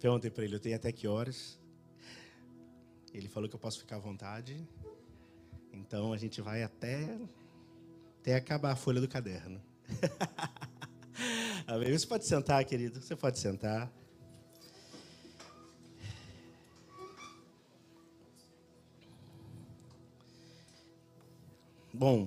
Perguntei para ele, eu tenho até que horas? Ele falou que eu posso ficar à vontade. Então, a gente vai até acabar a folha do caderno. Amém? Você pode sentar, querido. Você pode sentar. Bom,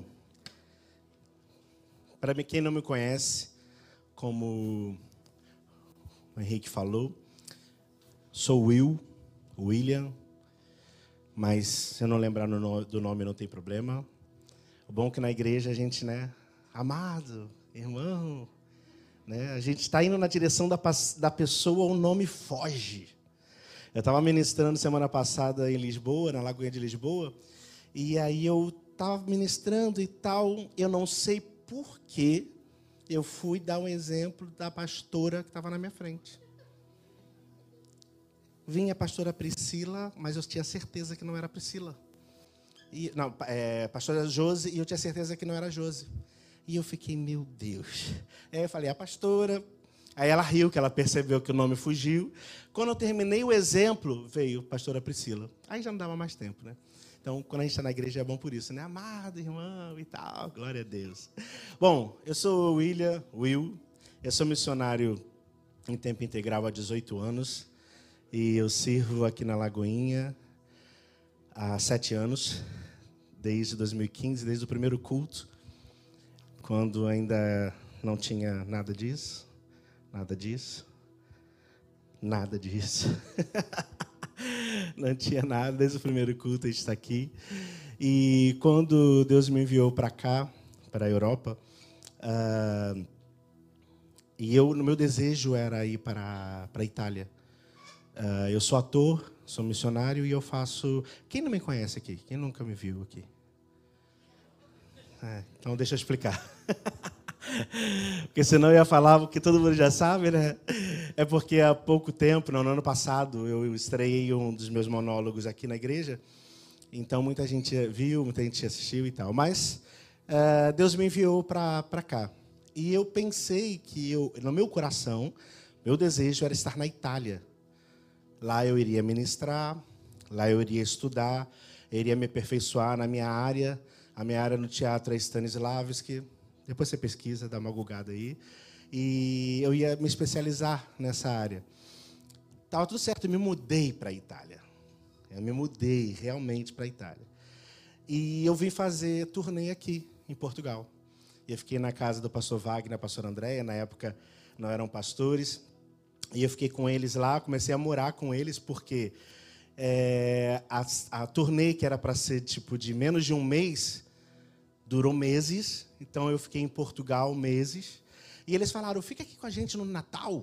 para quem não me conhece, como o Henrique falou, sou William, mas se eu não lembrar do nome não tem problema. O bom é que na igreja a gente, amado, irmão, a gente está indo na direção da pessoa, o nome foge. Eu estava ministrando semana passada em Lisboa, na Lagoinha de Lisboa, e aí eu estava ministrando e tal, eu não sei por que eu fui dar um exemplo da pastora que estava na minha frente. Vinha a pastora Priscila, mas eu tinha certeza que não era Priscila. Pastora Josi, e eu tinha certeza que não era Josi. E eu fiquei, meu Deus. Aí eu falei, a pastora. Aí ela riu, que ela percebeu que o nome fugiu. Quando eu terminei o exemplo, veio a pastora Priscila. Aí já não dava mais tempo, né? Então, quando a gente está na igreja é bom por isso, né? Amado irmão e tal, glória a Deus. Bom, eu sou o Will. Eu sou missionário em tempo integral há 18 anos. E eu sirvo aqui na Lagoinha há 7 anos, desde 2015, desde o primeiro culto, quando ainda não tinha nada disso. Não tinha nada, desde o primeiro culto a gente está aqui. E quando Deus me enviou para cá, para a Europa, e o meu desejo era ir para a Itália. Eu sou ator, sou missionário e eu faço... Quem não me conhece aqui? Quem nunca me viu aqui? Então deixa eu explicar. Porque senão eu ia falar o que todo mundo já sabe, né? É porque há pouco tempo, no ano passado, eu estreiei um dos meus monólogos aqui na igreja. Então muita gente viu, muita gente assistiu e tal. Mas Deus me enviou para cá. E eu pensei que, no meu coração, meu desejo era estar na Itália. Lá eu iria ministrar, lá eu iria estudar, eu iria me aperfeiçoar na minha área. A minha área no teatro é Stanislavski. Depois você pesquisa, dá uma googada aí. E eu ia me especializar nessa área. Estava tudo certo, eu me mudei para a Itália. Eu me mudei realmente para a Itália. E eu vim fazer turnê aqui, em Portugal. Eu fiquei na casa do pastor Wagner, da pastora Andréia, na época não eram pastores. E eu fiquei com eles lá, comecei a morar com eles, porque a turnê, que era para ser tipo de menos de um mês, durou meses. Então eu fiquei em Portugal meses. E eles falaram, fica aqui com a gente no Natal.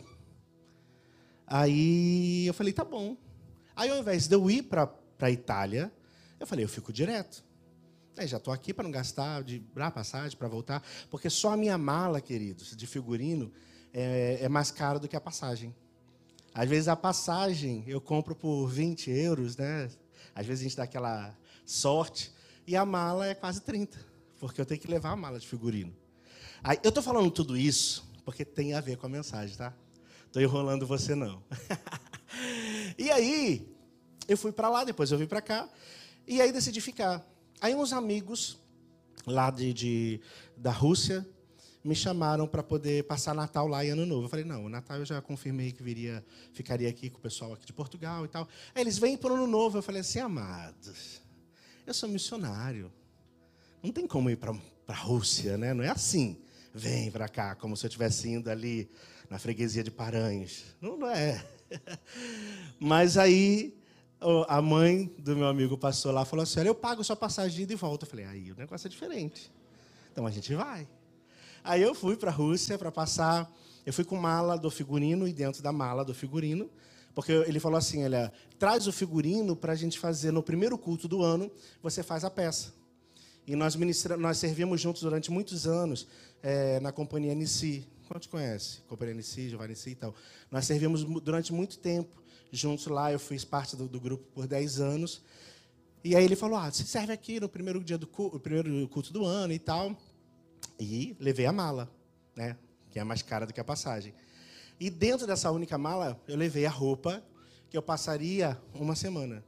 Aí eu falei, tá bom. Aí ao invés de eu ir para a Itália, eu falei, eu fico direto. Aí já estou aqui para não gastar de passagem, para voltar. Porque só a minha mala, queridos, de figurino, é mais caro do que a passagem. Às vezes a passagem eu compro por 20 euros, né? Às vezes a gente dá aquela sorte. E a mala é quase 30, porque eu tenho que levar a mala de figurino. Aí, eu estou falando tudo isso porque tem a ver com a mensagem, tá? Estou enrolando você, não. E aí, eu fui para lá, depois eu vim para cá. E aí decidi ficar. Aí uns amigos lá da Rússia me chamaram para poder passar Natal lá e Ano Novo. Eu falei, não, o Natal eu já confirmei que ficaria aqui com o pessoal aqui de Portugal e tal. Aí eles vêm para o Ano Novo. Eu falei assim, amados, eu sou missionário. Não tem como ir para a Rússia, né? Não é assim, vem para cá, como se eu estivesse indo ali na freguesia de Paranhos. Não é. Mas aí a mãe do meu amigo passou lá e falou assim, olha, eu pago sua passagem de ida e volta. Eu falei, aí o negócio é diferente. Então a gente vai. Aí eu fui para a Rússia para passar. Eu fui com mala do figurino e dentro da mala do figurino, porque ele falou assim, olha, traz o figurino para a gente fazer no primeiro culto do ano, você faz a peça. E nós servimos juntos durante muitos anos na Companhia Nissi. Quantos conhece? Companhia Nissi, Giovanni Nissi e tal. Nós servimos durante muito tempo juntos lá. Eu fiz parte do grupo por 10 anos. E aí ele falou, você serve aqui no primeiro culto do ano e tal. E levei a mala, né? Que é mais cara do que a passagem. E dentro dessa única mala, eu levei a roupa que eu passaria uma semana.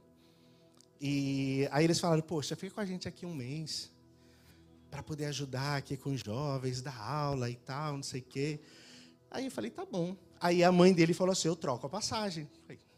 E aí eles falaram, poxa, fica com a gente aqui um mês, para poder ajudar aqui com os jovens, dar aula e tal, não sei o quê. Aí eu falei, tá bom. Aí a mãe dele falou assim, eu troco a passagem.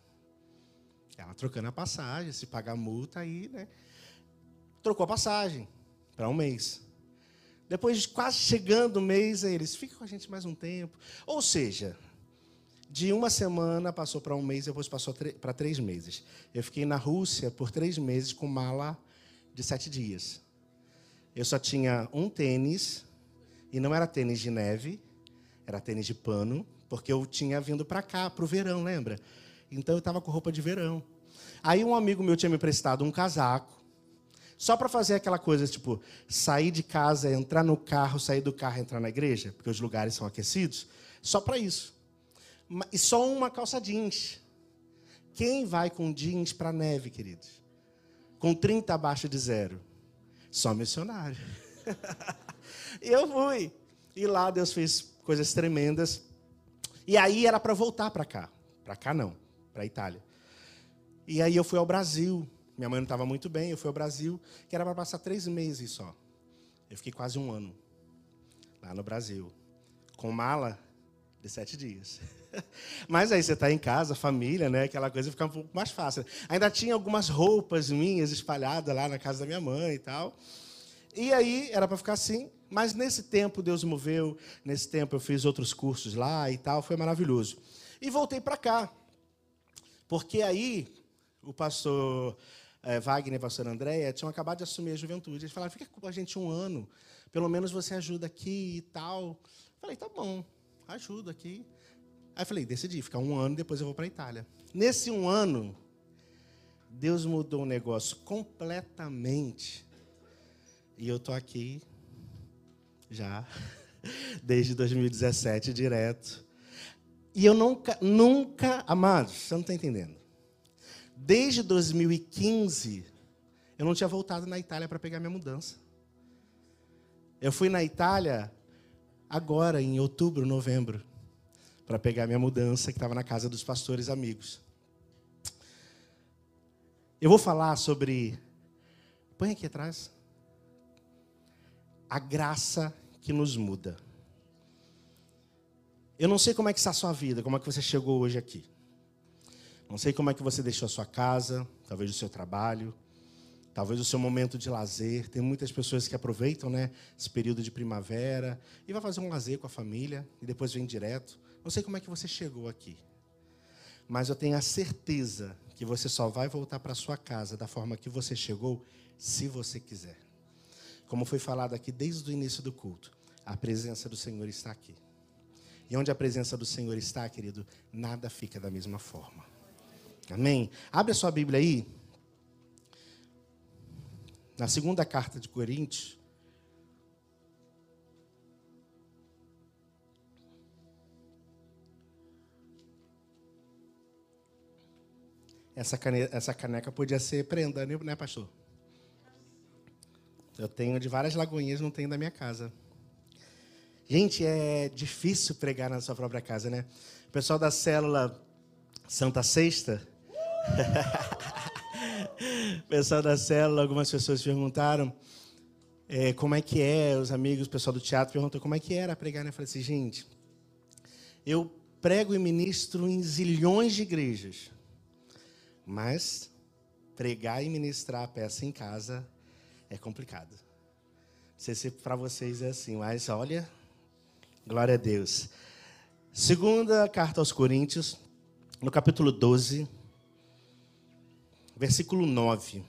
Ela trocando a passagem, se pagar multa, aí, né? Trocou a passagem para um mês. Depois, quase chegando o mês, aí eles, fica com a gente mais um tempo. Ou seja, de uma semana passou para um mês, depois passou para 3 meses. Eu fiquei na Rússia por 3 meses com mala de 7 dias. Eu só tinha um tênis, e não era tênis de neve, era tênis de pano, porque eu tinha vindo para cá, para o verão, lembra? Então, eu estava com roupa de verão. Aí, um amigo meu tinha me emprestado um casaco, só para fazer aquela coisa, tipo, sair de casa, entrar no carro, sair do carro, entrar na igreja, porque os lugares são aquecidos, só para isso. E só uma calça jeans. Quem vai com jeans para a neve, queridos? Com 30 abaixo de 0? Só missionário. E eu fui. E lá Deus fez coisas tremendas. E aí era para voltar para cá. Para cá não, para a Itália. E aí eu fui ao Brasil. Minha mãe não estava muito bem, eu fui ao Brasil, que era para passar 3 meses só. Eu fiquei quase 1 ano lá no Brasil, com mala de 7 dias. Mas aí você está em casa, família, né? Aquela coisa fica um pouco mais fácil. Ainda tinha algumas roupas minhas espalhadas lá na casa da minha mãe e tal. E aí era para ficar assim, mas nesse tempo Deus moveu, nesse tempo eu fiz outros cursos lá e tal, foi maravilhoso. E voltei para cá, porque aí o pastor Wagner e a pastora Andréia tinham acabado de assumir a juventude. Eles falaram, fica com a gente 1 ano, pelo menos você ajuda aqui e tal. Falei, tá bom, ajudo aqui. Aí falei, decidi, ficar 1 ano, depois eu vou para a Itália. Nesse 1 ano, Deus mudou o negócio completamente. E eu estou aqui já, desde 2017, direto. E eu nunca, amados, você não está entendendo. Desde 2015, eu não tinha voltado na Itália para pegar minha mudança. Eu fui na Itália agora, em outubro, novembro, para pegar minha mudança, que estava na casa dos pastores amigos. Eu vou falar sobre... Põe aqui atrás. A graça que nos muda. Eu não sei como é que está a sua vida, como é que você chegou hoje aqui. Não sei como é que você deixou a sua casa, talvez o seu trabalho, talvez o seu momento de lazer. Tem muitas pessoas que aproveitam, né, esse período de primavera e vai fazer um lazer com a família e depois vem direto. Não sei como é que você chegou aqui, mas eu tenho a certeza que você só vai voltar para sua casa da forma que você chegou, se você quiser. Como foi falado aqui desde o início do culto, a presença do Senhor está aqui. E onde a presença do Senhor está, querido, nada fica da mesma forma. Amém? Abre a sua Bíblia aí. Na 2ª carta de Coríntios. Essa caneca podia ser prenda, né, pastor? Eu tenho de várias lagoinhas, não tenho da minha casa. Gente, é difícil pregar na sua própria casa, né? O pessoal da célula Santa Sexta... O pessoal da célula, algumas pessoas perguntaram como é que os amigos, o pessoal do teatro perguntou como é que era pregar, né? Eu falei assim, gente, eu prego e ministro em zilhões de igrejas, mas pregar e ministrar a peça em casa é complicado. Não sei se para vocês é assim, mas olha, glória a Deus. 2ª carta aos Coríntios, no capítulo 12, versículo 9.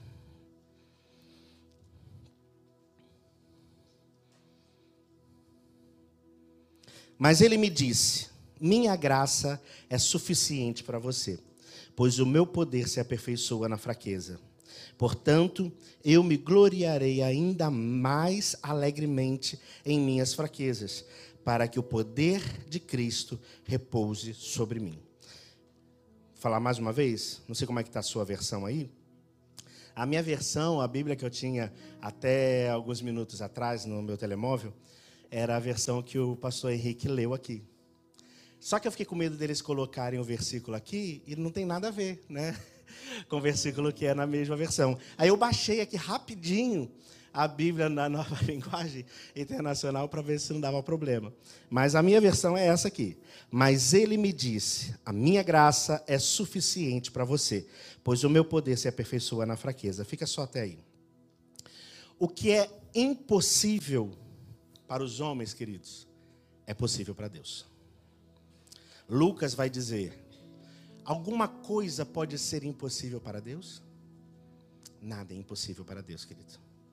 Mas ele me disse, minha graça é suficiente para você, pois o meu poder se aperfeiçoa na fraqueza. Portanto, eu me gloriarei ainda mais alegremente em minhas fraquezas, para que o poder de Cristo repouse sobre mim. Vou falar mais uma vez, não sei como é que está a sua versão aí. A minha versão, a Bíblia que eu tinha até alguns minutos atrás no meu telemóvel, era a versão que o pastor Henrique leu aqui. Só que eu fiquei com medo deles colocarem o versículo aqui e não tem nada a ver, né? Com o versículo que é na mesma versão. Aí eu baixei aqui rapidinho a Bíblia na Nova Linguagem Internacional para ver se não dava problema. Mas a minha versão é essa aqui. Mas ele me disse, a minha graça é suficiente para você, pois o meu poder se aperfeiçoa na fraqueza. Fica só até aí. O que é impossível para os homens, queridos, é possível para Deus. Lucas vai dizer, alguma coisa pode ser impossível para Deus? Nada é impossível para Deus, querido.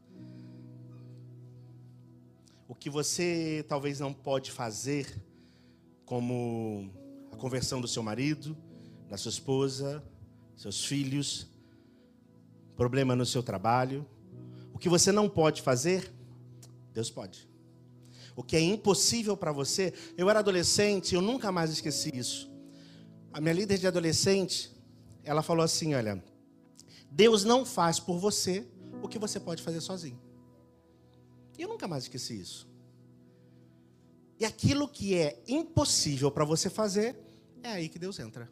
O que você talvez não pode fazer, como a conversão do seu marido, da sua esposa, seus filhos, problema no seu trabalho, o que você não pode fazer, Deus pode. O que é impossível para você, eu era adolescente, eu nunca mais esqueci isso. A minha líder de adolescente, ela falou assim, olha, Deus não faz por você o que você pode fazer sozinho. E eu nunca mais esqueci isso. E aquilo que é impossível para você fazer, é aí que Deus entra.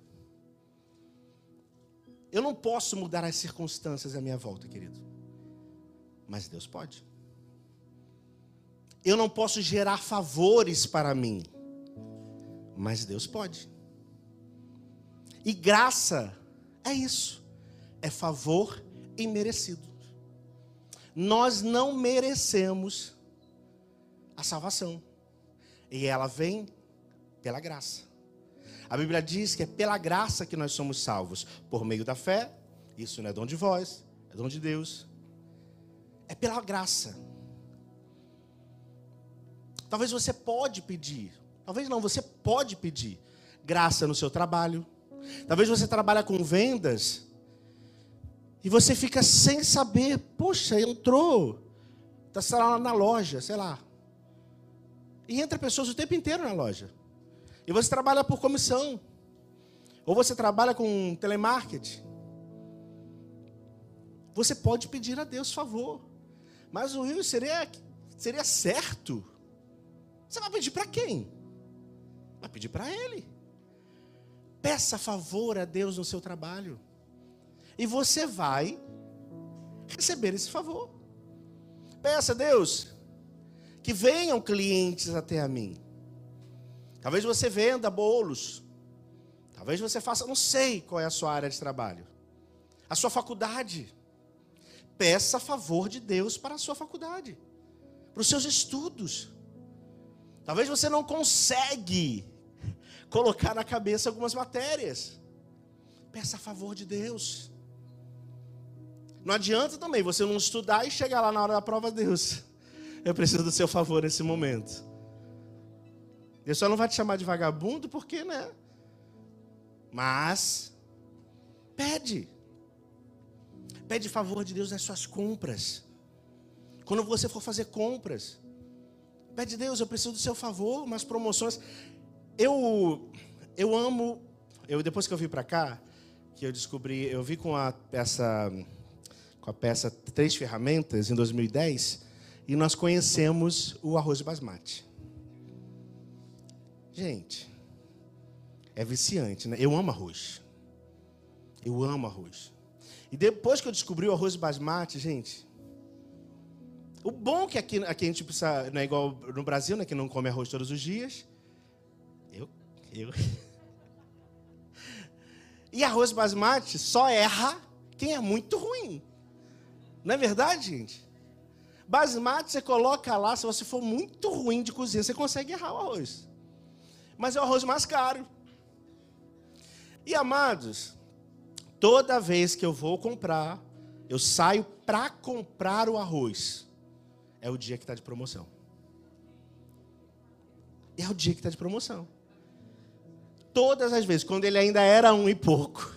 Eu não posso mudar as circunstâncias à minha volta, querido. Mas Deus pode. Eu não posso gerar favores para mim. Mas Deus pode. E graça é isso. É favor imerecido. Nós não merecemos a salvação. E ela vem pela graça. A Bíblia diz que é pela graça que nós somos salvos. Por meio da fé. Isso não é dom de vós, é dom de Deus. É pela graça. Talvez você pode pedir. Talvez não, você pode pedir graça no seu trabalho. Talvez você trabalhe com vendas. E você fica sem saber, poxa, entrou, está lá na loja, sei lá. E entra pessoas o tempo inteiro na loja. E você trabalha por comissão. Ou você trabalha com telemarketing. Você pode pedir a Deus favor. Mas o Will seria certo. Você vai pedir para quem? Vai pedir para Ele. Peça favor a Deus no seu trabalho. E você vai receber esse favor. Peça a Deus que venham clientes até a mim. Talvez você venda bolos. Talvez você faça, não sei qual é a sua área de trabalho. A sua faculdade. Peça favor de Deus para a sua faculdade. Para os seus estudos. Talvez você não consegue colocar na cabeça algumas matérias. Peça favor de Deus. Não adianta também você não estudar e chegar lá na hora da prova, Deus, eu preciso do seu favor nesse momento. Deus só não vai te chamar de vagabundo porque, né? Mas, pede. Pede favor de Deus nas suas compras. Quando você for fazer compras, pede, Deus, eu preciso do seu favor, umas promoções. Eu amo, depois que eu vim para cá, que eu descobri, eu vi com a peça 3 Ferramentas, em 2010, e nós conhecemos o arroz basmati. Gente, é viciante, né? Eu amo arroz. Eu amo arroz. E depois que eu descobri o arroz basmati, gente, o bom que aqui a gente precisa, não é igual no Brasil, né, que não come arroz todos os dias. E arroz basmati só erra quem é muito ruim. Não é verdade, gente? Basmati você coloca lá, se você for muito ruim de cozinha, você consegue errar o arroz. Mas é o arroz mais caro. E, amados, toda vez que eu vou comprar, eu saio para comprar o arroz. É o dia que está de promoção. É o dia que está de promoção. Todas as vezes, quando ele ainda era 1 e pouco.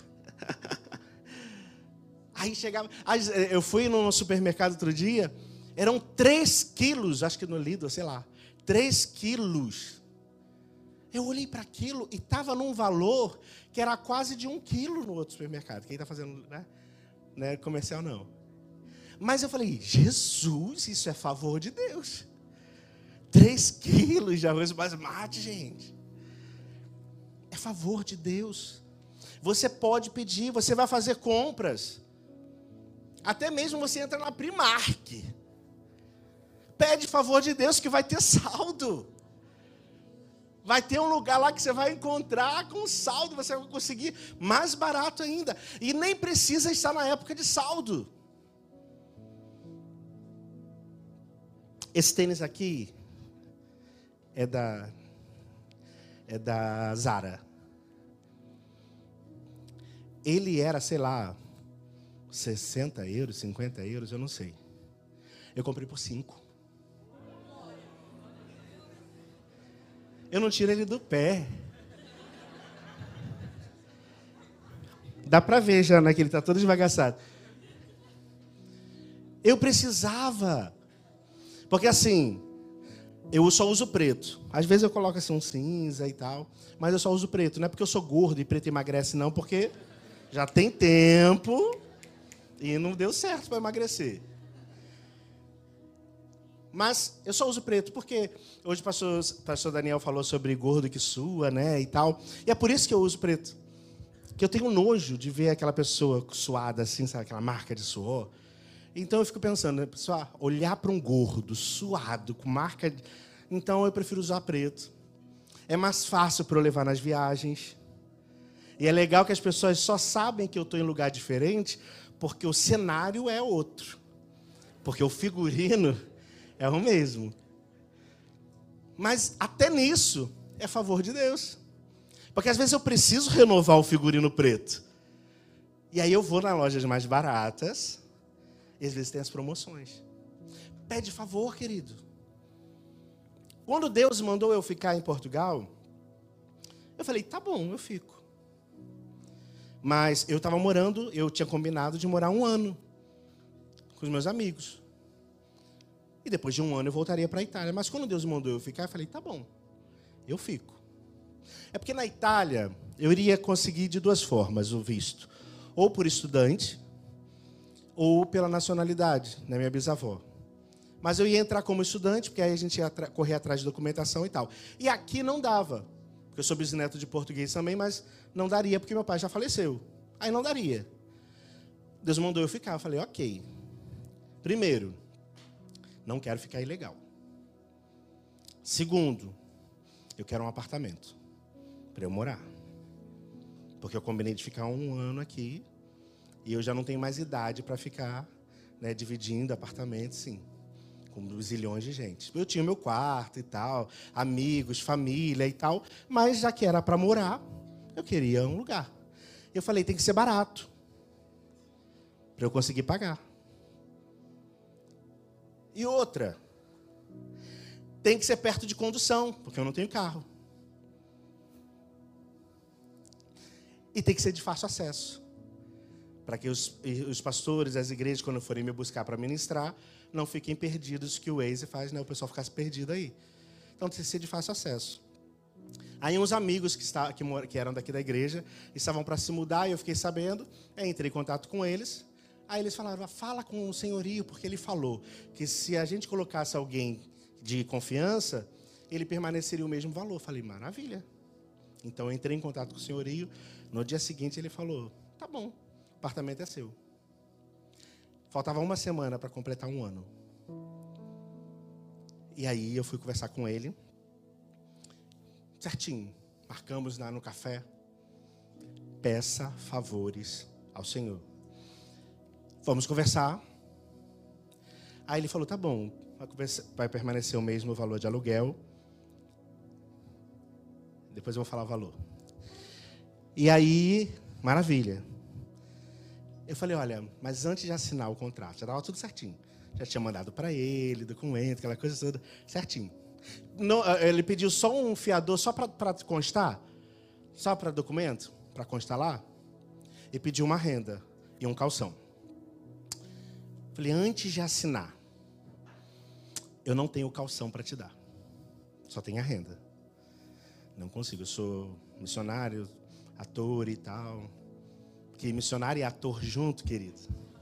Aí chegava... Eu fui no supermercado outro dia, eram 3 quilos, acho que no Lidl, sei lá. 3 quilos. Eu olhei para aquilo e estava num valor que era quase de 1 quilo no outro supermercado. Quem está fazendo, né? Não é comercial, não. Mas eu falei, Jesus, isso é favor de Deus. 3 quilos de arroz basmati, gente. favor de Deus. Você pode pedir, você vai fazer compras. Até mesmo você entra na Primark. Pede favor de Deus que vai ter saldo. Vai ter um lugar lá que você vai encontrar com saldo, você vai conseguir mais barato ainda. E nem precisa estar na época de saldo. Esse tênis aqui é da Zara. Ele era, sei lá, 60 euros, 50 euros, eu não sei. Eu comprei por 5. Eu não tiro ele do pé. Dá pra ver já, né, que ele tá todo esbagaçado. Eu precisava. Porque assim, eu só uso preto. Às vezes eu coloco assim um cinza e tal, mas eu só uso preto. Não é porque eu sou gordo e preto emagrece, não, porque já tem tempo e não deu certo para emagrecer. Mas eu só uso preto, porque hoje o pastor Daniel falou sobre gordo que sua, né, e tal. E é por isso que eu uso preto. Que eu tenho nojo de ver aquela pessoa suada assim, sabe, aquela marca de suor. Então eu fico pensando, né, pessoal, olhar para um gordo suado, com marca de... Então eu prefiro usar preto. É mais fácil para eu levar nas viagens. E é legal que as pessoas só sabem que eu estou em lugar diferente porque o cenário é outro. Porque o figurino é o mesmo. Mas até nisso é favor de Deus. Porque às vezes eu preciso renovar o figurino preto. E aí eu vou nas lojas mais baratas. E às vezes tem as promoções. Pede favor, querido. Quando Deus mandou eu ficar em Portugal, eu falei, tá bom, eu fico. Mas eu estava morando, eu tinha combinado de morar 1 ano com os meus amigos. E depois de 1 ano eu voltaria para a Itália. Mas quando Deus mandou eu ficar, eu falei, tá bom, eu fico. É porque na Itália eu iria conseguir de 2 formas o visto. Ou por estudante, ou pela nacionalidade, né, minha bisavó. Mas eu ia entrar como estudante, porque aí a gente ia correr atrás de documentação e tal. E aqui não dava, porque eu sou bisneto de português também, mas não daria, porque meu pai já faleceu. Aí não daria. Deus mandou eu ficar. Eu falei, ok. Primeiro, não quero ficar ilegal. Segundo, eu quero um apartamento para eu morar. Porque eu combinei de ficar 1 ano aqui e eu já não tenho mais idade para ficar, né, dividindo apartamento, sim, com zilhões de gente. Eu tinha meu quarto e tal, amigos, família e tal, mas já que era para morar, eu queria um lugar. Eu falei, tem que ser barato para eu conseguir pagar. E outra, tem que ser perto de condução, porque eu não tenho carro. E tem que ser de fácil acesso, para que os pastores, as igrejas, quando forem me buscar para ministrar, não fiquem perdidos, que o Waze faz, né, o pessoal ficasse perdido aí. Então tem que ser de fácil acesso. Aí uns amigos que eram daqui da igreja estavam para se mudar, e eu fiquei sabendo, entrei em contato com eles. Aí eles falaram, fala com o senhorio, porque ele falou que se a gente colocasse alguém de confiança, ele permaneceria o mesmo valor. Eu falei, maravilha. Então eu entrei em contato com o senhorio. No dia seguinte ele falou, tá bom, o apartamento é seu. Faltava 1 semana para completar 1 ano. E aí eu fui conversar com ele. Certinho, marcamos no café. Peça favores ao Senhor. Vamos conversar. Aí ele falou, tá bom, vai permanecer o mesmo valor de aluguel. Depois eu vou falar o valor. E aí, maravilha. Eu falei, olha, mas antes de assinar o contrato, já estava tudo certinho. Já tinha mandado para ele, documento, aquela coisa toda, certinho. Não, ele pediu só um fiador, só para constar, só para documento, para constar lá. E pediu uma renda e um calção. Falei, antes de assinar, eu não tenho calção para te dar. Só tenho a renda. Não consigo, eu sou missionário, ator e tal. Que missionário e ator junto, querido.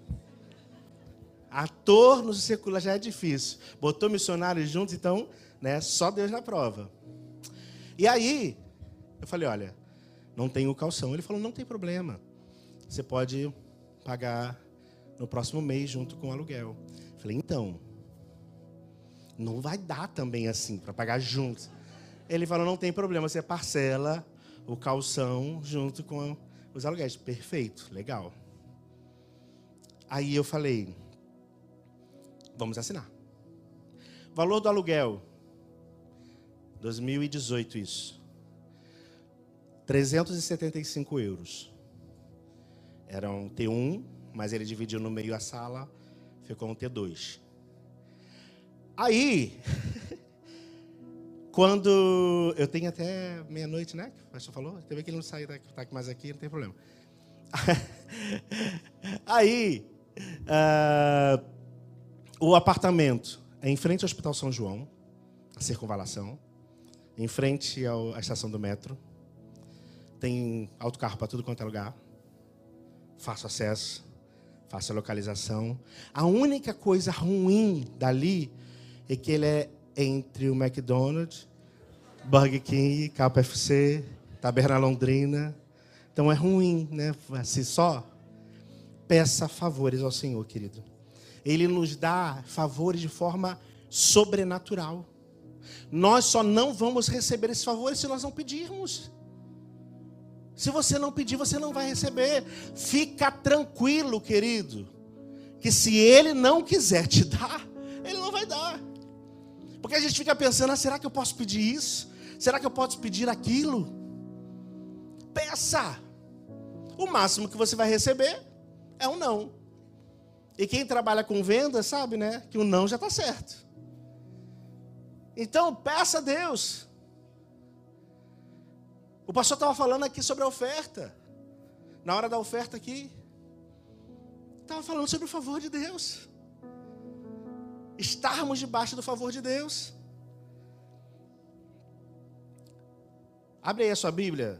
Ator no secular já é difícil. Botou missionário junto, então, né, só Deus na prova. E aí, eu falei, olha, não tenho calção. Ele falou, não tem problema. Você pode pagar no próximo mês junto com o aluguel. Eu falei, então, não vai dar também assim, para pagar juntos. Ele falou, não tem problema, você parcela o calção junto com os aluguéis. Perfeito, legal. Aí eu falei, vamos assinar. Valor do aluguel, 2018 isso, 375 euros. Era um T1, mas ele dividiu no meio a sala, ficou um T2. Aí, quando eu tenho até meia-noite, né? O pastor falou, teve que ele não sair daqui, tá mais aqui, não tem problema. Aí, o apartamento é em frente ao Hospital São João, a circunvalação, em frente à estação do metro. Tem autocarro para tudo quanto é lugar. Fácil acesso, fácil localização. A única coisa ruim dali é que ele é entre o McDonald's, Burger King, KFC, Taberna Londrina. Então é ruim, né? Assim só. Peça favores ao Senhor, querido. Ele nos dá favores de forma sobrenatural. Nós só não vamos receber esses favores se nós não pedirmos. Se você não pedir, você não vai receber. Fica tranquilo, querido, que se Ele não quiser te dar, Ele não vai dar. Porque a gente fica pensando, será que eu posso pedir isso? Será que eu posso pedir aquilo? Peça. O máximo que você vai receber é um não. E quem trabalha com venda sabe, né? Que o não já está certo. Então, peça a Deus. O pastor estava falando aqui sobre a oferta. Na hora da oferta aqui. Estava falando sobre o favor de Deus. Estarmos debaixo do favor de Deus. Abre aí a sua Bíblia.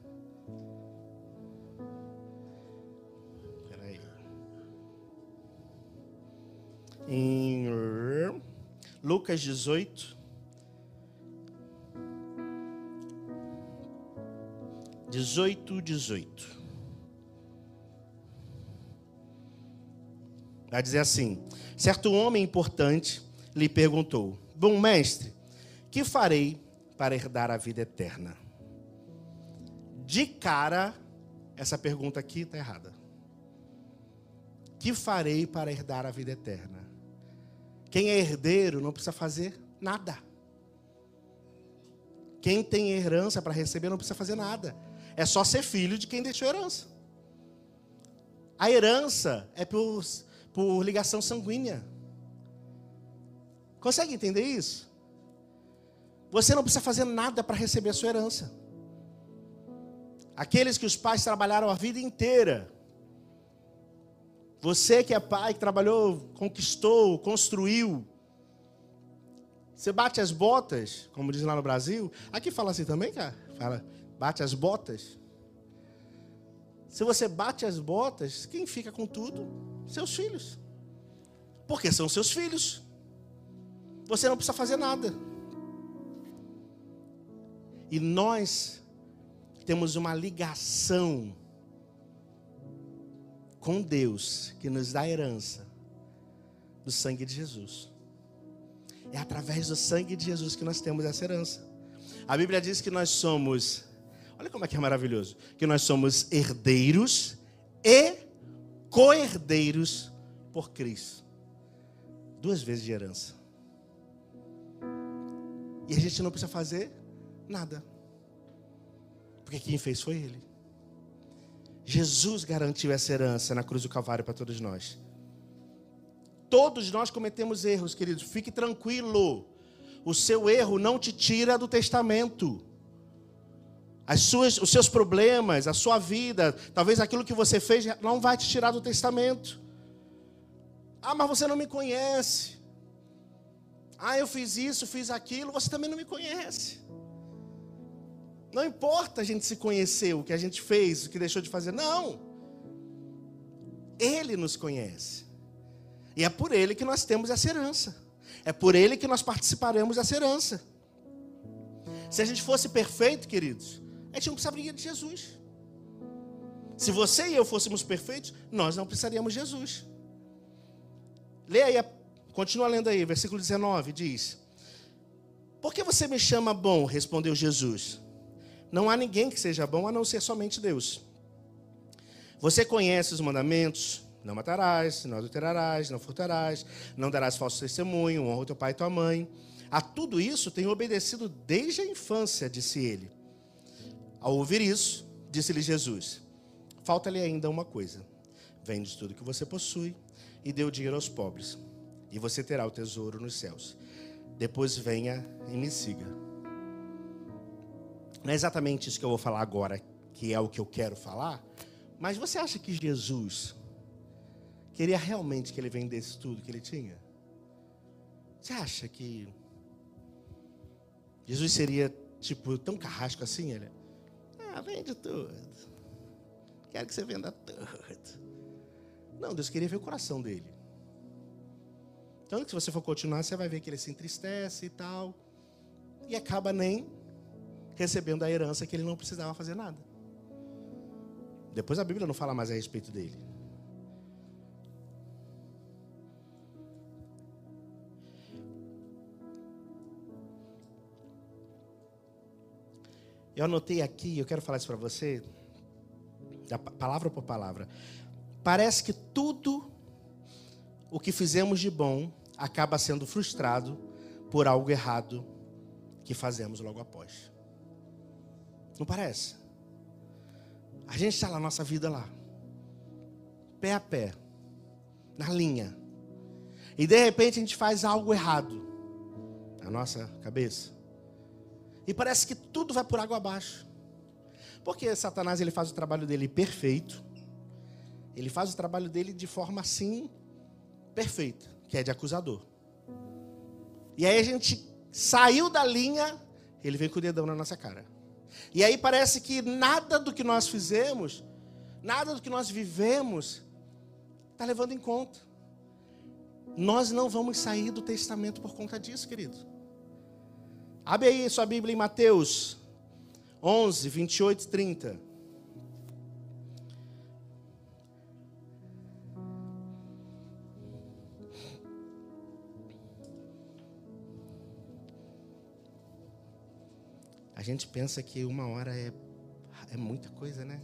Espera aí. Em Lucas 18. 18. Vai dizer assim: certo homem importante lhe perguntou: bom mestre, que farei para herdar a vida eterna? De cara, essa pergunta aqui está errada. Que farei para herdar a vida eterna? Quem é herdeiro não precisa fazer nada. Quem tem herança para receber não precisa fazer nada. É só ser filho de quem deixou herança. A herança é por ligação sanguínea. Consegue entender isso? Você não precisa fazer nada para receber a sua herança. Aqueles que os pais trabalharam a vida inteira. Você que é pai, que trabalhou, conquistou, construiu. Você bate as botas, como diz lá no Brasil. Aqui fala assim também, cara. Fala, bate as botas. Se você bate as botas, quem fica com tudo? Seus filhos. Porque são seus filhos. Você não precisa fazer nada. E nós temos uma ligação com Deus, que nos dá a herança do sangue de Jesus. É através do sangue de Jesus que nós temos essa herança. A Bíblia diz que nós somos, olha como é que é maravilhoso, que nós somos herdeiros e co-herdeiros por Cristo. 2 vezes de herança. E a gente não precisa fazer nada. Porque quem fez foi Ele. Jesus garantiu essa herança na cruz do Calvário para todos nós. Todos nós cometemos erros, queridos. Fique tranquilo. O seu erro não te tira do testamento. Os seus problemas, a sua vida, talvez aquilo que você fez, não vai te tirar do testamento. Ah, mas você não me conhece. Ah, eu fiz isso, fiz aquilo. Você também não me conhece. Não importa a gente se conhecer, o que a gente fez, o que deixou de fazer. Não. Ele nos conhece. E é por Ele que nós temos essa herança. É por Ele que nós participaremos dessa herança. Se a gente fosse perfeito, queridos, A gente não precisaria de Jesus. Se você e eu fôssemos perfeitos, nós não precisaríamos de Jesus. Leia aí, continua lendo aí, versículo 19, diz: por que você me chama bom? Respondeu Jesus. Não há ninguém que seja bom a não ser somente Deus. Você conhece os mandamentos: não matarás, não adulterarás, não furtarás, não darás falso testemunho, honra teu pai e tua mãe. A tudo isso tenho obedecido desde a infância, disse ele. Ao ouvir isso, disse-lhe Jesus: falta-lhe ainda uma coisa. Vende tudo que você possui e dê o dinheiro aos pobres, e você terá o tesouro nos céus. Depois venha e me siga. Não é exatamente isso que eu vou falar agora, que é o que eu quero falar, mas você acha que Jesus queria realmente que ele vendesse tudo que ele tinha? Você acha que Jesus seria, tipo, tão carrasco assim? Ele, vende tudo. Quero que você venda tudo. Não, Deus queria ver o coração dele. Tanto que se você for continuar, você vai ver que ele se entristece e tal, e acaba nem recebendo a herança que ele não precisava fazer nada. Depois a Bíblia não fala mais a respeito dele. Eu anotei aqui, eu quero falar isso para você, palavra por palavra. Parece que tudo o que fizemos de bom acaba sendo frustrado por algo errado que fazemos logo após. Não parece? A gente está na nossa vida lá, pé a pé, na linha. E de repente a gente faz algo errado na nossa cabeça. E parece que tudo vai por água abaixo. Porque Satanás, ele faz o trabalho dele perfeito. Ele faz o trabalho dele de forma assim, perfeita, que é de acusador. E aí a gente saiu da linha, ele vem com o dedão na nossa cara. E aí parece que nada do que nós fizemos, nada do que nós vivemos, está levando em conta. Nós não vamos sair do testamento por conta disso, querido. Abre aí sua Bíblia em Mateus 11, 28 e 30. A gente pensa que uma hora é muita coisa, né?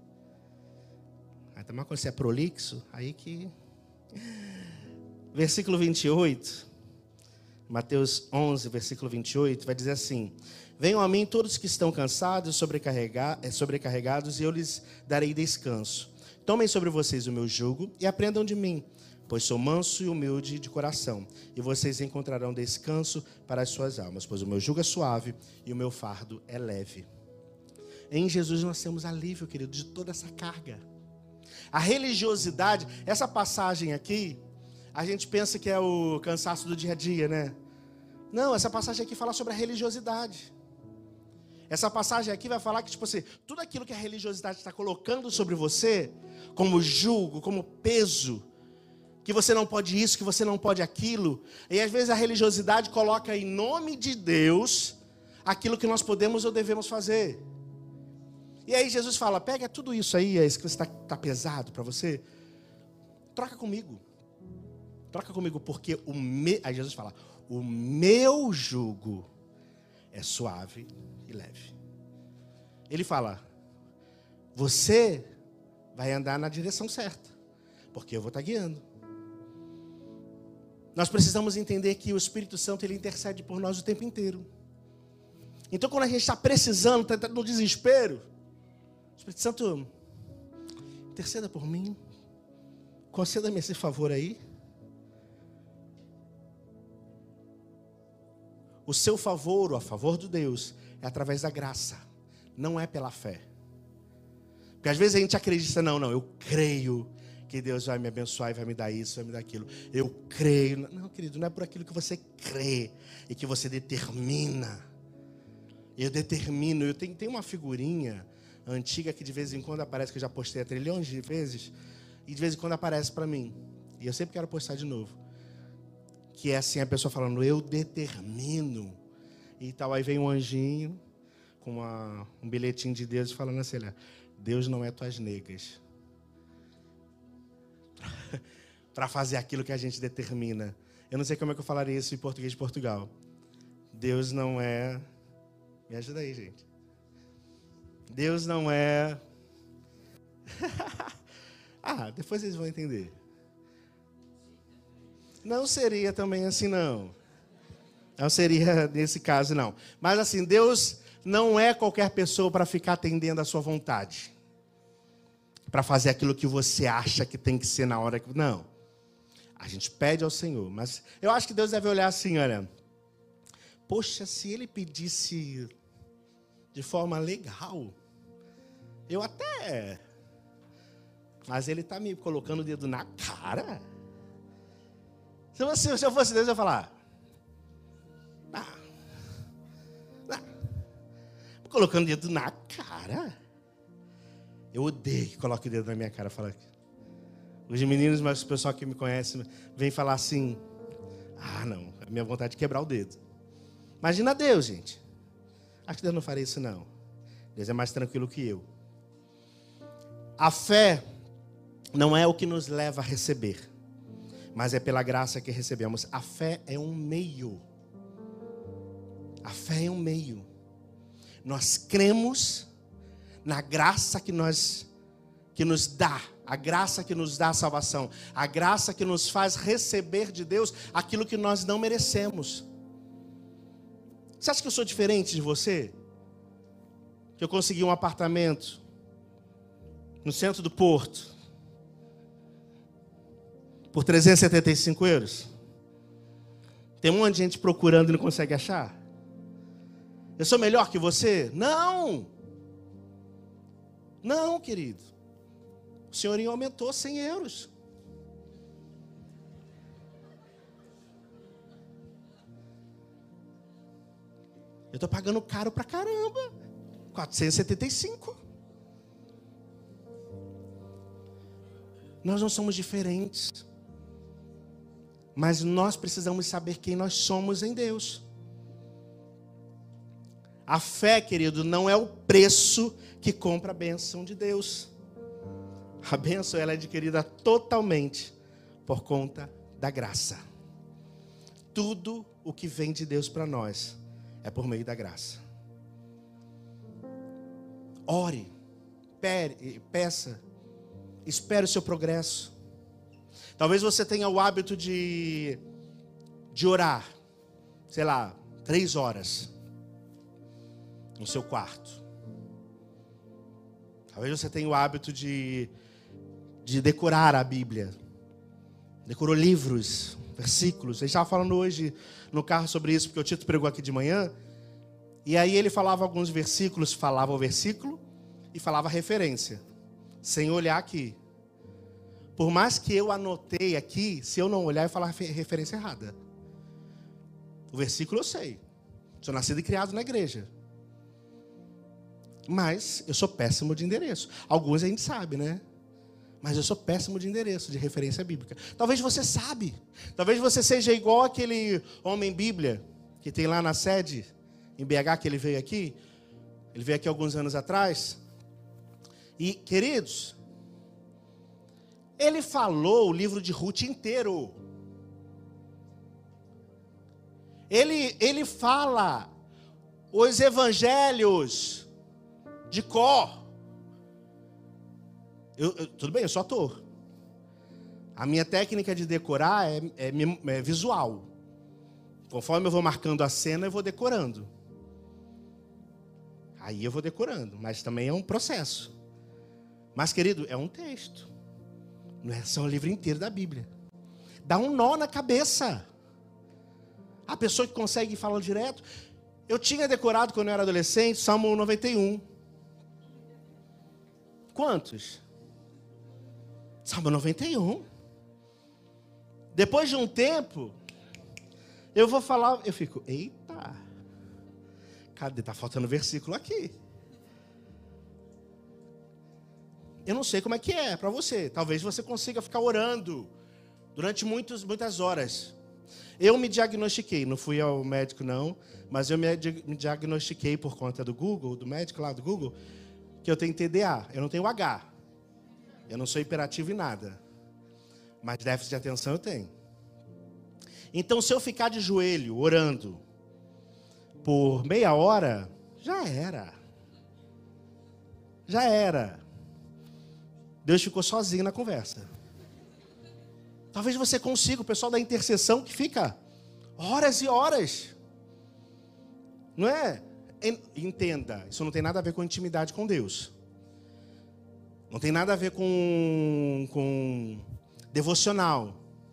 Até mais quando você é prolixo, aí que... Versículo 28, Mateus 11, versículo 28, vai dizer assim: venham a mim todos que estão cansados e sobrecarregados, e eu lhes darei descanso. Tomem sobre vocês o meu jugo e aprendam de mim, pois sou manso e humilde de coração, e vocês encontrarão descanso para as suas almas, pois o meu jugo é suave e o meu fardo é leve. Em Jesus nós temos alívio, querido, de toda essa carga. A religiosidade, essa passagem aqui, a gente pensa que é o cansaço do dia a dia, né? Não, essa passagem aqui fala sobre a religiosidade. Essa passagem aqui vai falar que, tipo assim, tudo aquilo que a religiosidade está colocando sobre você, como jugo, como peso, que você não pode isso, que você não pode aquilo, e às vezes a religiosidade coloca em nome de Deus aquilo que nós podemos ou devemos fazer. E aí Jesus fala: pega tudo isso aí, isso que você está pesado para você, troca comigo. Troca comigo, porque aí Jesus fala: o meu jugo é suave e leve. Ele fala: você vai andar na direção certa, porque eu vou estar guiando. Nós precisamos entender que o Espírito Santo, ele intercede por nós o tempo inteiro. Então, quando a gente está precisando, está no desespero, o Espírito Santo, interceda por mim, conceda-me esse favor aí. O seu favor, ou a favor de Deus, é através da graça, não é pela fé. Porque às vezes a gente acredita: não, eu creio que Deus vai me abençoar e vai me dar isso, vai me dar aquilo. Eu creio. Não, querido, não é por aquilo que você crê e que você determina. Eu determino. Tem uma figurinha antiga que de vez em quando aparece, que eu já postei há trilhões de vezes, e de vez em quando aparece para mim. E eu sempre quero postar de novo. Que é assim, a pessoa falando: eu determino. E tal, aí vem um anjinho com um bilhetinho de Deus falando assim, olha, Deus não é tuas negas. Para fazer aquilo que a gente determina. Eu não sei como é que eu falaria isso em português de Portugal. Deus não é... Me ajuda aí, gente. Deus não é... depois vocês vão entender. Não seria também assim, não. Não seria nesse caso, não. Mas assim, Deus não é qualquer pessoa para ficar atendendo à sua vontade. Para fazer aquilo que você acha que tem que ser na hora que... Não. A gente pede ao Senhor. Mas eu acho que Deus deve olhar assim, olha... Poxa, se Ele pedisse de forma legal, eu até... Mas Ele está me colocando o dedo na cara. Se eu fosse Deus, eu ia falar... Colocando o dedo na cara. Eu odeio que coloque o dedo na minha cara. Fala. Os meninos, mas o pessoal que me conhece, vem falar assim... não, é minha vontade de quebrar o dedo. Imagina Deus, gente. Acho que Deus não faria isso, não. Deus é mais tranquilo que eu. A fé não é o que nos leva a receber, mas é pela graça que recebemos. A fé é um meio. A fé é um meio. Nós cremos na graça que nos dá, a graça que nos dá a salvação, a graça que nos faz receber de Deus aquilo que nós não merecemos. Você acha que eu sou diferente de você? Que eu consegui um apartamento no centro do Porto por 375 euros? Tem um monte de gente procurando e não consegue achar? Eu sou melhor que você? Não! Não, querido. O senhorinho aumentou 100 euros. Eu estou pagando caro pra caramba. 475. Nós não somos diferentes. Mas nós precisamos saber quem nós somos em Deus. A fé, querido, não é o preço que compra a bênção de Deus. A bênção ela é adquirida totalmente por conta da graça. Tudo o que vem de Deus para nós é por meio da graça. Ore, peça, espere o seu progresso. Talvez você tenha o hábito de orar, 3 horas. No seu quarto. Talvez você tenha o hábito de decorar a Bíblia. Decorou livros, versículos. A gente estava falando hoje no carro sobre isso, porque o Tito pregou aqui de manhã. E aí ele falava alguns versículos, falava o versículo e falava a referência, sem olhar aqui. Por mais que eu anotei aqui, se eu não olhar, eu falar a referência errada. O versículo eu sei. Sou nascido e criado na igreja. Mas eu sou péssimo de endereço. Alguns a gente sabe, né? Mas eu sou péssimo de endereço, de referência bíblica. Talvez você sabe. Talvez você seja igual aquele homem Bíblia que tem lá na sede, em BH, que ele veio aqui. Ele veio aqui alguns anos atrás. E, queridos, ele falou o livro de Ruth inteiro. Ele fala os evangelhos de cor. Tudo bem, eu sou ator. A minha técnica de decorar é visual. Conforme eu vou marcando a cena, eu vou decorando. Aí eu vou decorando, mas também é um processo. Mas, querido, é um texto. Não é só um livro inteiro da Bíblia. Dá um nó na cabeça. A pessoa que consegue falar direto. Eu tinha decorado, quando eu era adolescente, Salmo 91. Quantos? Salmo 91. Depois de um tempo, eu vou falar, eu fico, eita, cadê? Tá faltando versículo aqui. Eu não sei como é que é para você. Talvez você consiga ficar orando durante muitas horas. Eu me diagnostiquei, não fui ao médico não, mas eu me diagnostiquei por conta do Google, do médico lá do Google, que eu tenho TDA, eu não tenho H. Eu não sou hiperativo em nada. Mas déficit de atenção eu tenho. Então, se eu ficar de joelho, orando, por meia hora, já era. Já era. Deus ficou sozinho na conversa. Talvez você consiga, o pessoal da intercessão que fica horas e horas. Não é? Entenda, isso não tem nada a ver com intimidade com Deus. Não tem nada a ver com devocional.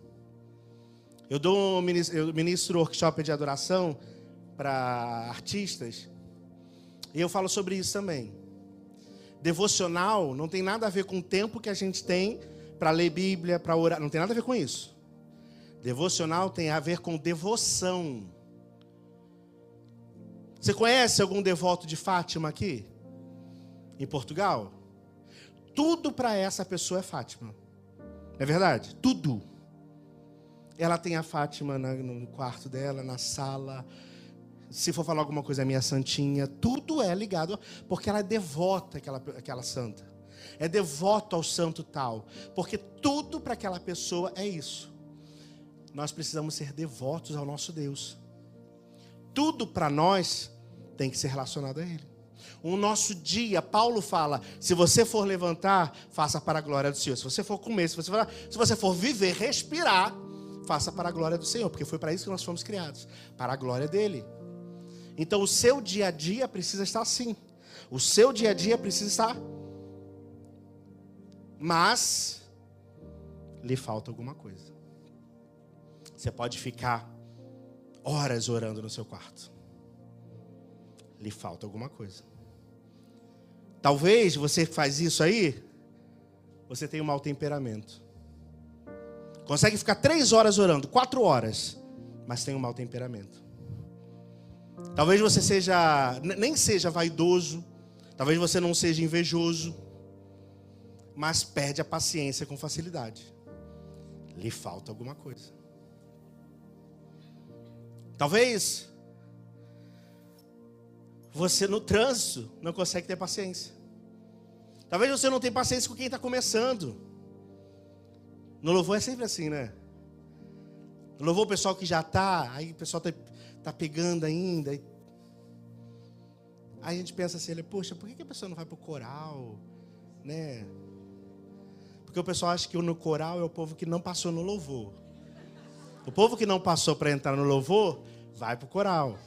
Eu ministro workshop de adoração para artistas. E eu falo sobre isso também. Devocional não tem nada a ver com o tempo que a gente tem para ler Bíblia, para orar. Não tem nada a ver com isso. Devocional tem a ver com devoção. Você conhece algum devoto de Fátima aqui? Em Portugal? Tudo para essa pessoa é Fátima. Não é verdade? Tudo. Ela tem a Fátima no quarto dela, na sala. Se for falar alguma coisa, é minha santinha. Tudo é ligado, porque ela é devota àquela santa. É devota ao santo tal. Porque tudo para aquela pessoa é isso. Nós precisamos ser devotos ao nosso Deus. Tudo para nós tem que ser relacionado a Ele. O nosso dia, Paulo fala, se você for levantar, faça para a glória do Senhor. Se você for comer, se você for viver, respirar, faça para a glória do Senhor. Porque foi para isso que nós fomos criados. Para a glória dEle. Então o seu dia a dia precisa estar assim. O seu dia a dia precisa estar. Mas lhe falta alguma coisa. Você pode ficar horas orando no seu quarto. Lhe falta alguma coisa. Talvez você faz isso aí, você tem um mau temperamento. Consegue ficar 3 horas orando, 4 horas, mas tem um mau temperamento. Talvez você nem seja vaidoso, talvez você não seja invejoso, mas perde a paciência com facilidade. Lhe falta alguma coisa. Talvez você no trânsito não consegue ter paciência. Talvez você não tenha paciência com quem está começando. No louvor é sempre assim, né? No louvor o pessoal que já está, aí o pessoal está pegando ainda. Aí a gente pensa assim, poxa, por que a pessoa não vai para o coral? Né? Porque o pessoal acha que no coral é o povo que não passou no louvor. O povo que não passou para entrar no louvor, vai para o coral.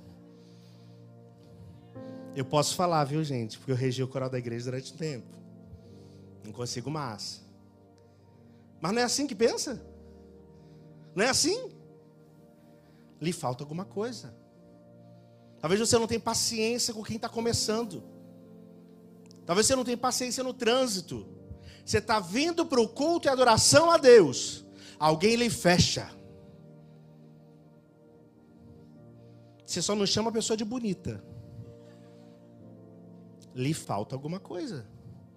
Eu posso falar, viu, gente? Porque eu regi o coral da igreja durante um tempo. Não consigo mais. Mas não é assim que pensa? Não é assim? Lhe falta alguma coisa. Talvez você não tenha paciência com quem está começando. Talvez você não tenha paciência no trânsito. Você está vindo para o culto e adoração a Deus. Alguém lhe fecha. Você só não chama a pessoa de bonita. Lhe falta alguma coisa.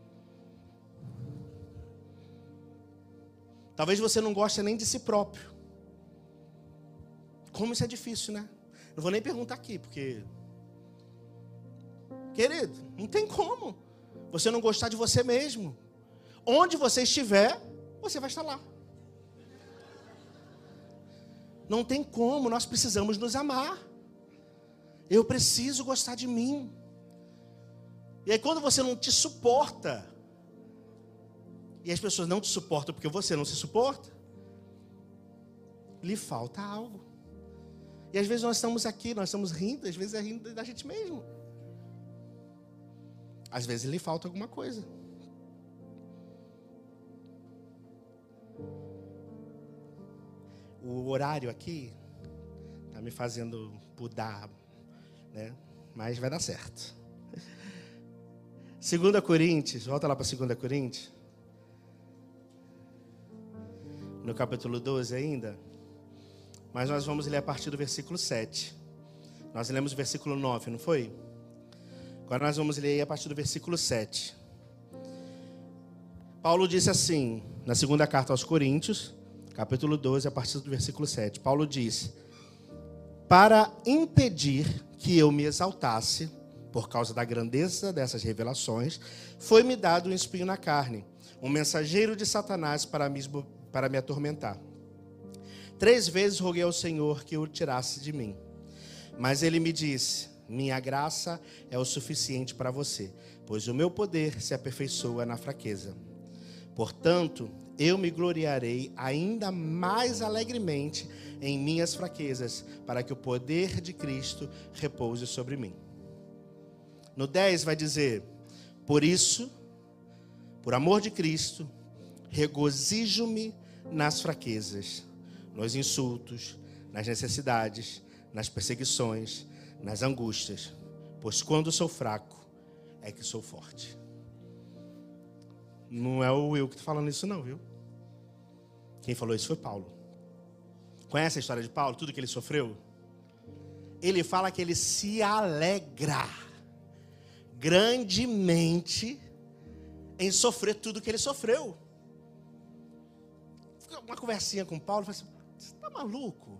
Talvez você não goste nem de si próprio. Como isso é difícil, né? Não vou nem perguntar aqui, porque... Querido, não tem como você não gostar de você mesmo. Onde você estiver, você vai estar lá. Não tem como, nós precisamos nos amar. Eu preciso gostar de mim. E aí quando você não te suporta, e as pessoas não te suportam porque você não se suporta, lhe falta algo. E às vezes nós estamos aqui, nós estamos rindo, às vezes é rindo da gente mesmo. Às vezes lhe falta alguma coisa. O horário aqui está me fazendo mudar, né? Mas vai dar certo. 2 Coríntios, volta lá para 2 Coríntios. No capítulo 12 ainda. Mas nós vamos ler a partir do versículo 7. Nós lemos o versículo 9, não foi? Agora nós vamos ler a partir do versículo 7. Paulo disse assim, na segunda carta aos Coríntios, capítulo 12, a partir do versículo 7. Paulo diz: para impedir que eu me exaltasse, por causa da grandeza dessas revelações, foi-me dado um espinho na carne, um mensageiro de Satanás para me atormentar. 3 vezes roguei ao Senhor que o tirasse de mim. Mas ele me disse: minha graça é o suficiente para você, pois o meu poder se aperfeiçoa na fraqueza. Portanto, eu me gloriarei ainda mais alegremente em minhas fraquezas, para que o poder de Cristo repouse sobre mim. No 10 vai dizer: por isso, por amor de Cristo, regozijo-me nas fraquezas, nos insultos, nas necessidades, nas perseguições, nas angústias, pois quando sou fraco, é que sou forte. Não é o eu que está falando isso não, viu? Quem falou isso foi Paulo. Conhece a história de Paulo? Tudo que ele sofreu? Ele fala que ele se alegra grandemente em sofrer tudo que ele sofreu. Uma conversinha com Paulo, falei assim: você está maluco?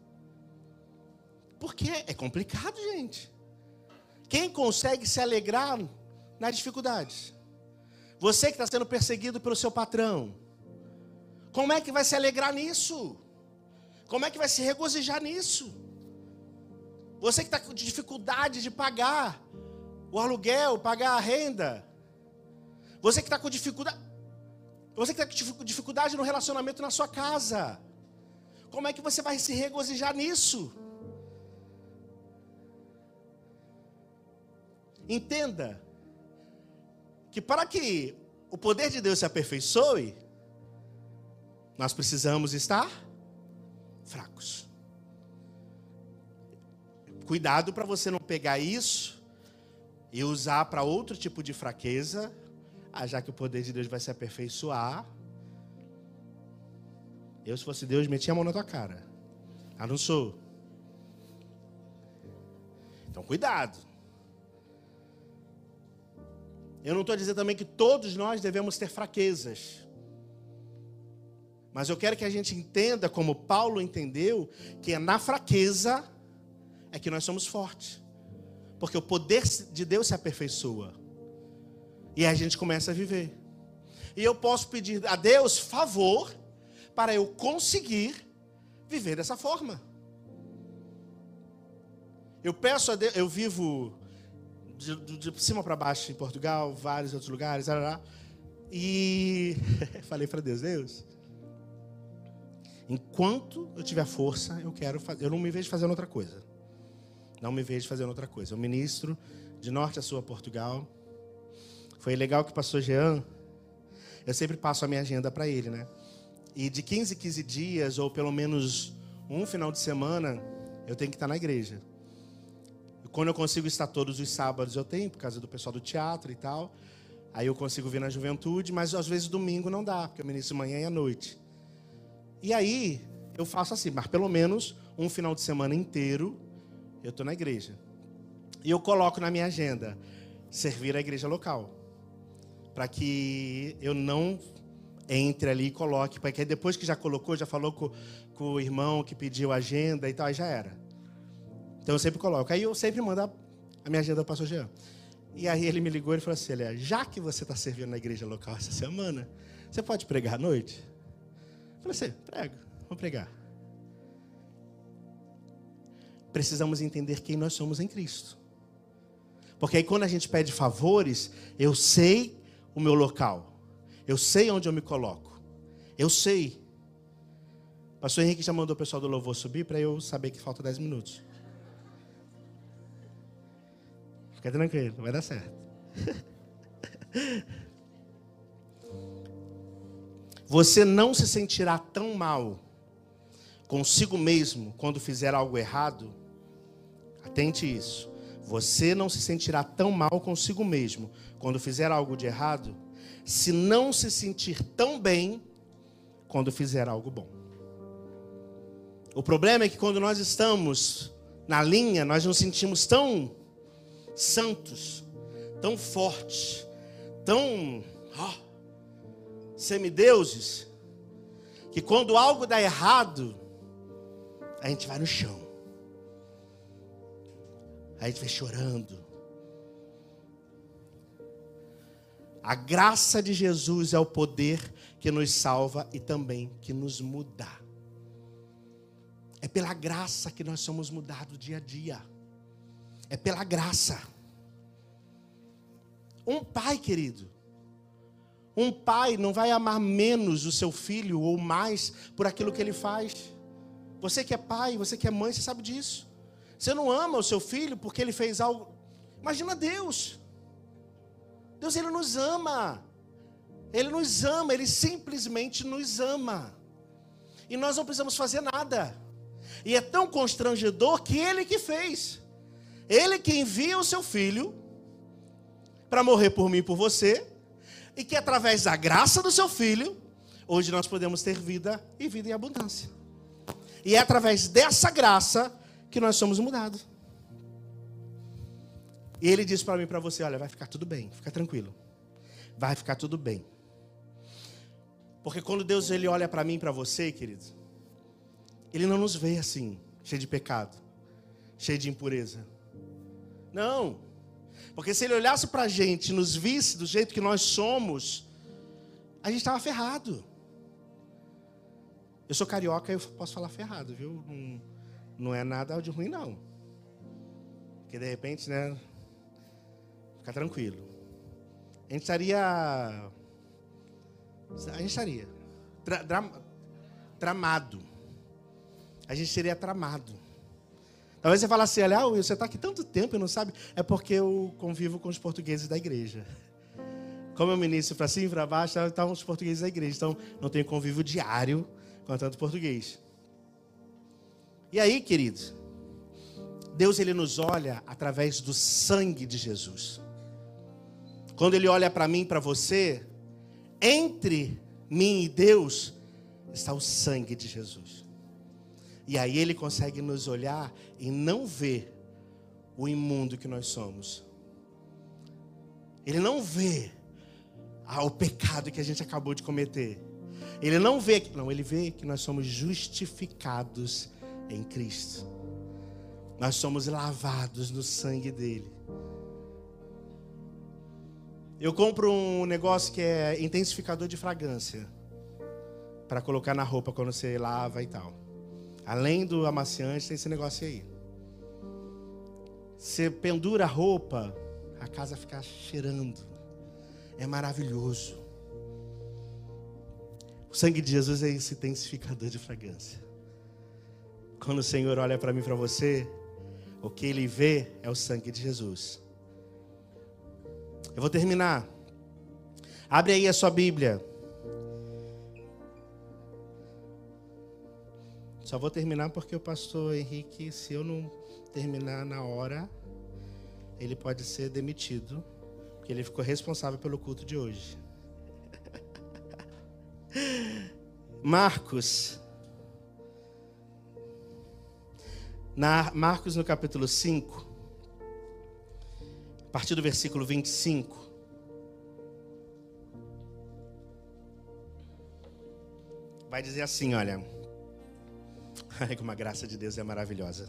Porque é complicado, gente. Quem consegue se alegrar nas dificuldades? Você que está sendo perseguido pelo seu patrão, como é que vai se alegrar nisso? Como é que vai se regozijar nisso? Você que está com dificuldade de pagar o aluguel, pagar a renda. Você que está com dificuldade. Você que está com dificuldade no relacionamento na sua casa. Como é que você vai se regozijar nisso? Entenda que para que o poder de Deus se aperfeiçoe, nós precisamos estar fracos. Cuidado para você não pegar isso e usar para outro tipo de fraqueza, já que o poder de Deus vai se aperfeiçoar. Eu, se fosse Deus, metia a mão na tua cara. Não sou. Então, cuidado. Eu não estou dizendo também que todos nós devemos ter fraquezas. Mas eu quero que a gente entenda, como Paulo entendeu, que é na fraqueza é que nós somos fortes. Porque o poder de Deus se aperfeiçoa. E a gente começa a viver. E eu posso pedir a Deus favor para eu conseguir viver dessa forma. Eu peço a Deus, eu vivo de cima para baixo em Portugal, vários outros lugares, e falei para Deus, enquanto eu tiver força, eu não me vejo fazendo outra coisa. Não me vejo fazendo outra coisa. Eu ministro de norte a sul a Portugal. Foi legal que o pastor Jean, eu sempre passo a minha agenda para ele, né? E de 15 em 15 dias, ou pelo menos um final de semana, eu tenho que estar na igreja. E quando eu consigo estar todos os sábados, eu tenho, por causa do pessoal do teatro e tal. Aí eu consigo vir na juventude, mas às vezes domingo não dá, porque eu ministro manhã e à noite. E aí, eu faço assim, mas pelo menos um final de semana inteiro, eu estou na igreja. E eu coloco na minha agenda, servir a igreja local. Para que eu não entre ali e coloque, porque aí depois que já colocou, já falou com o irmão que pediu a agenda e tal, aí já era. Então eu sempre coloco. Aí eu sempre mando a minha agenda para o pastor Jean. E aí ele me ligou e falou assim: olha, já que você está servindo na igreja local essa semana, você pode pregar à noite? Eu falei assim: prego, vamos pregar. Precisamos entender quem nós somos em Cristo. Porque aí quando a gente pede favores, eu sei o meu local. Eu sei onde eu me coloco. Eu sei. O pastor Henrique já mandou o pessoal do louvor subir para eu saber que falta 10 minutos. Fica tranquilo, vai dar certo. Você não se sentirá tão mal consigo mesmo quando fizer algo errado. Atente isso. Você não se sentirá tão mal consigo mesmo quando fizer algo de errado, se não se sentir tão bem quando fizer algo bom. O problema é que quando nós estamos na linha, nós nos sentimos tão santos, tão fortes, tão semideuses, que quando algo dá errado, a gente vai no chão. A gente vai chorando. A graça de Jesus é o poder que nos salva e também que nos muda. É pela graça que nós somos mudados dia a dia. É pela graça. Um pai, querido, um pai não vai amar menos o seu filho ou mais por aquilo que ele faz. Você que é pai, você que é mãe, você sabe disso. Você não ama o seu filho porque ele fez algo. Imagina Deus. Deus, Ele nos ama. Ele nos ama, Ele simplesmente nos ama. E nós não precisamos fazer nada. E é tão constrangedor que Ele que fez. Ele que envia o seu filho para morrer por mim e por você. E que através da graça do seu filho, hoje nós podemos ter vida e vida em abundância. E é através dessa graça que nós somos mudados. E Ele diz para mim e para você, olha, vai ficar tudo bem, fica tranquilo. Vai ficar tudo bem. Porque quando Deus Ele olha para mim e para você, querido, Ele não nos vê assim, cheio de pecado, cheio de impureza. Não. Porque se Ele olhasse para a gente, nos visse do jeito que nós somos, a gente estava ferrado. Eu sou carioca e eu posso falar ferrado, viu? Não é nada de ruim, não. Porque de repente, né? Fica tranquilo. A gente estaria tramado. A gente seria tramado. Talvez você fale assim, olha, Will, você está aqui tanto tempo e não sabe. É porque eu convivo com os portugueses da igreja. Como eu ministro para cima e para baixo, estão os portugueses da igreja. Então, não tenho convívio diário com tanto português. E aí, queridos, Deus Ele nos olha através do sangue de Jesus. Quando Ele olha para mim e para você, entre mim e Deus está o sangue de Jesus. E aí Ele consegue nos olhar e não ver o imundo que nós somos. Ele não vê o pecado que a gente acabou de cometer. Ele não vê, ele vê que nós somos justificados em Cristo. Nós somos lavados no sangue dele. Eu compro um negócio que é intensificador de fragrância para colocar na roupa quando você lava e tal. Além do amaciante, tem esse negócio aí. Você pendura a roupa, a casa fica cheirando. É maravilhoso. O sangue de Jesus é esse intensificador de fragrância. Quando o Senhor olha para mim e para você, o que Ele vê é o sangue de Jesus. Eu vou terminar. Abre aí a sua Bíblia. Só vou terminar porque o pastor Henrique, se eu não terminar na hora, ele pode ser demitido, porque ele ficou responsável pelo culto de hoje. Marcos. Marcos no capítulo 5, a partir do versículo 25. Vai dizer assim, olha. Como a graça de Deus é maravilhosa.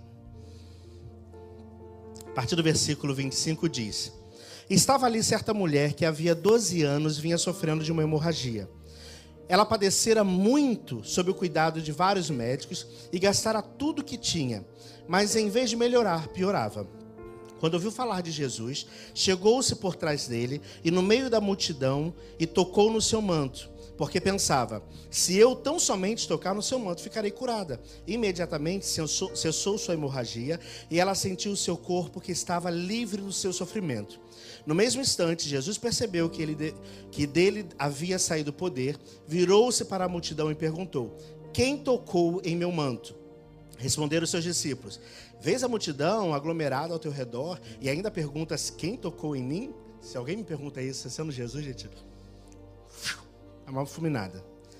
A partir do versículo 25 diz: Estava ali certa mulher que havia 12 anos vinha sofrendo de uma hemorragia. Ela padecera muito sob o cuidado de vários médicos e gastara tudo que tinha, mas em vez de melhorar, piorava. Quando ouviu falar de Jesus, chegou-se por trás dele e no meio da multidão e tocou no seu manto, porque pensava, se eu tão somente tocar no seu manto, ficarei curada. Imediatamente cessou sua hemorragia e ela sentiu o seu corpo que estava livre do seu sofrimento. No mesmo instante, Jesus percebeu que dele havia saído poder, virou-se para a multidão e perguntou, quem tocou em meu manto? Responderam os seus discípulos, vês a multidão aglomerada ao teu redor e ainda perguntas, quem tocou em mim? Se alguém me pergunta isso, sendo Jesus, gente, é uma fulminada.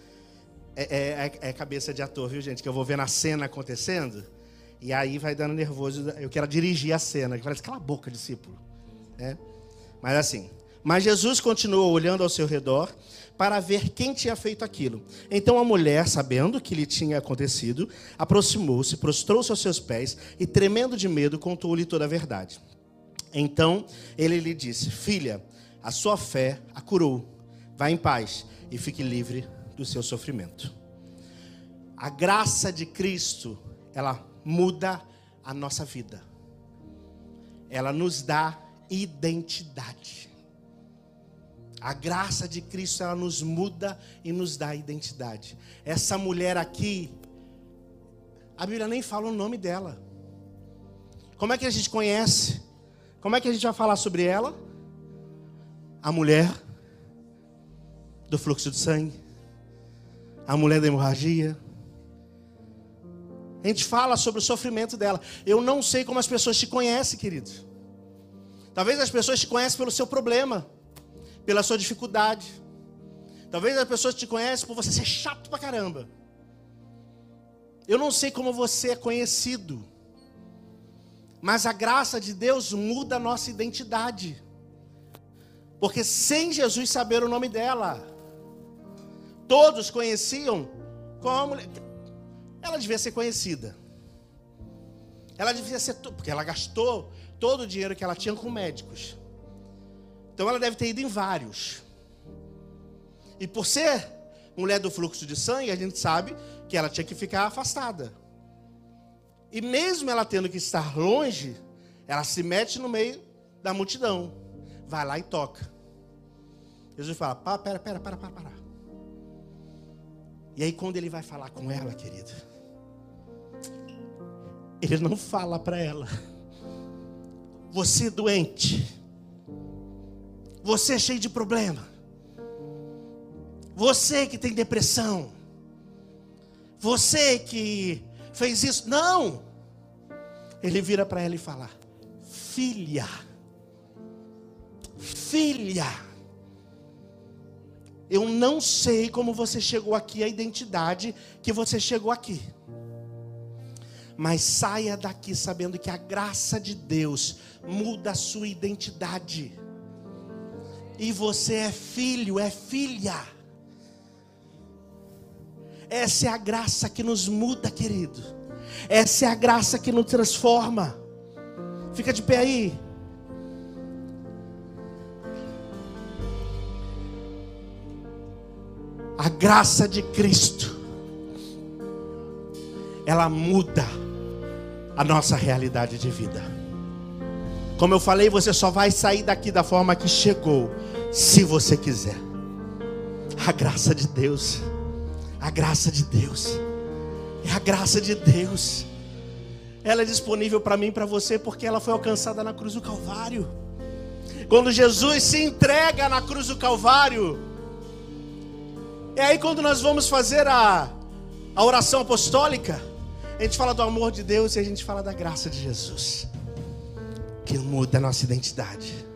É cabeça de ator, viu, gente? Que eu vou vendo a cena acontecendo e aí vai dando nervoso. Eu quero dirigir a cena, que parece cala a boca, discípulo. Mas assim, Mas Jesus continuou olhando ao seu redor para ver quem tinha feito aquilo. Então a mulher, sabendo o que lhe tinha acontecido, aproximou-se, prostrou-se aos seus pés e, tremendo de medo, contou-lhe toda a verdade. Então ele lhe disse: filha, a sua fé a curou. Vá em paz e fique livre do seu sofrimento. A graça de Cristo, ela muda a nossa vida. Ela nos dá identidade. A graça de Cristo, ela nos muda e nos dá identidade. Essa mulher aqui, a Bíblia nem fala o nome dela. Como é que a gente conhece? Como é que a gente vai falar sobre ela? A mulher do fluxo de sangue, a mulher da hemorragia. A gente fala sobre o sofrimento dela. Eu não sei como as pessoas te conhecem, querido. Talvez as pessoas te conhecem pelo seu problema, pela sua dificuldade. Talvez as pessoas te conhecem por você ser chato pra caramba. Eu não sei como você é conhecido, mas a graça de Deus muda a nossa identidade. Porque sem Jesus saber o nome dela, todos conheciam como a mulher. Ela devia ser conhecida. Ela devia ser, porque ela gastou todo o dinheiro que ela tinha com médicos. Então ela deve ter ido em vários. E por ser mulher do fluxo de sangue, a gente sabe que ela tinha que ficar afastada. E mesmo ela tendo que estar longe, ela se mete no meio da multidão. Vai lá e toca. Jesus fala: para. E aí quando ele vai falar com ela, querido, ele não fala para ela: você é doente, você é cheio de problema, você que tem depressão, você que fez isso. Não! Ele vira para ela e fala: filha, eu não sei como você chegou aqui, a identidade que você chegou aqui, mas saia daqui sabendo que a graça de Deus muda a sua identidade. E você é filho, é filha. Essa é a graça que nos muda, querido. Essa é a graça que nos transforma. Fica de pé aí. A graça de Cristo, ela muda a nossa realidade de vida. Como eu falei, você só vai sair daqui da forma que chegou, se você quiser. A graça de Deus, a graça de Deus, é a graça de Deus. Ela é disponível para mim e para você, porque ela foi alcançada na cruz do Calvário. Quando Jesus se entrega na cruz do Calvário, é aí quando nós vamos fazer a oração apostólica. A gente fala do amor de Deus e a gente fala da graça de Jesus, que muda a nossa identidade.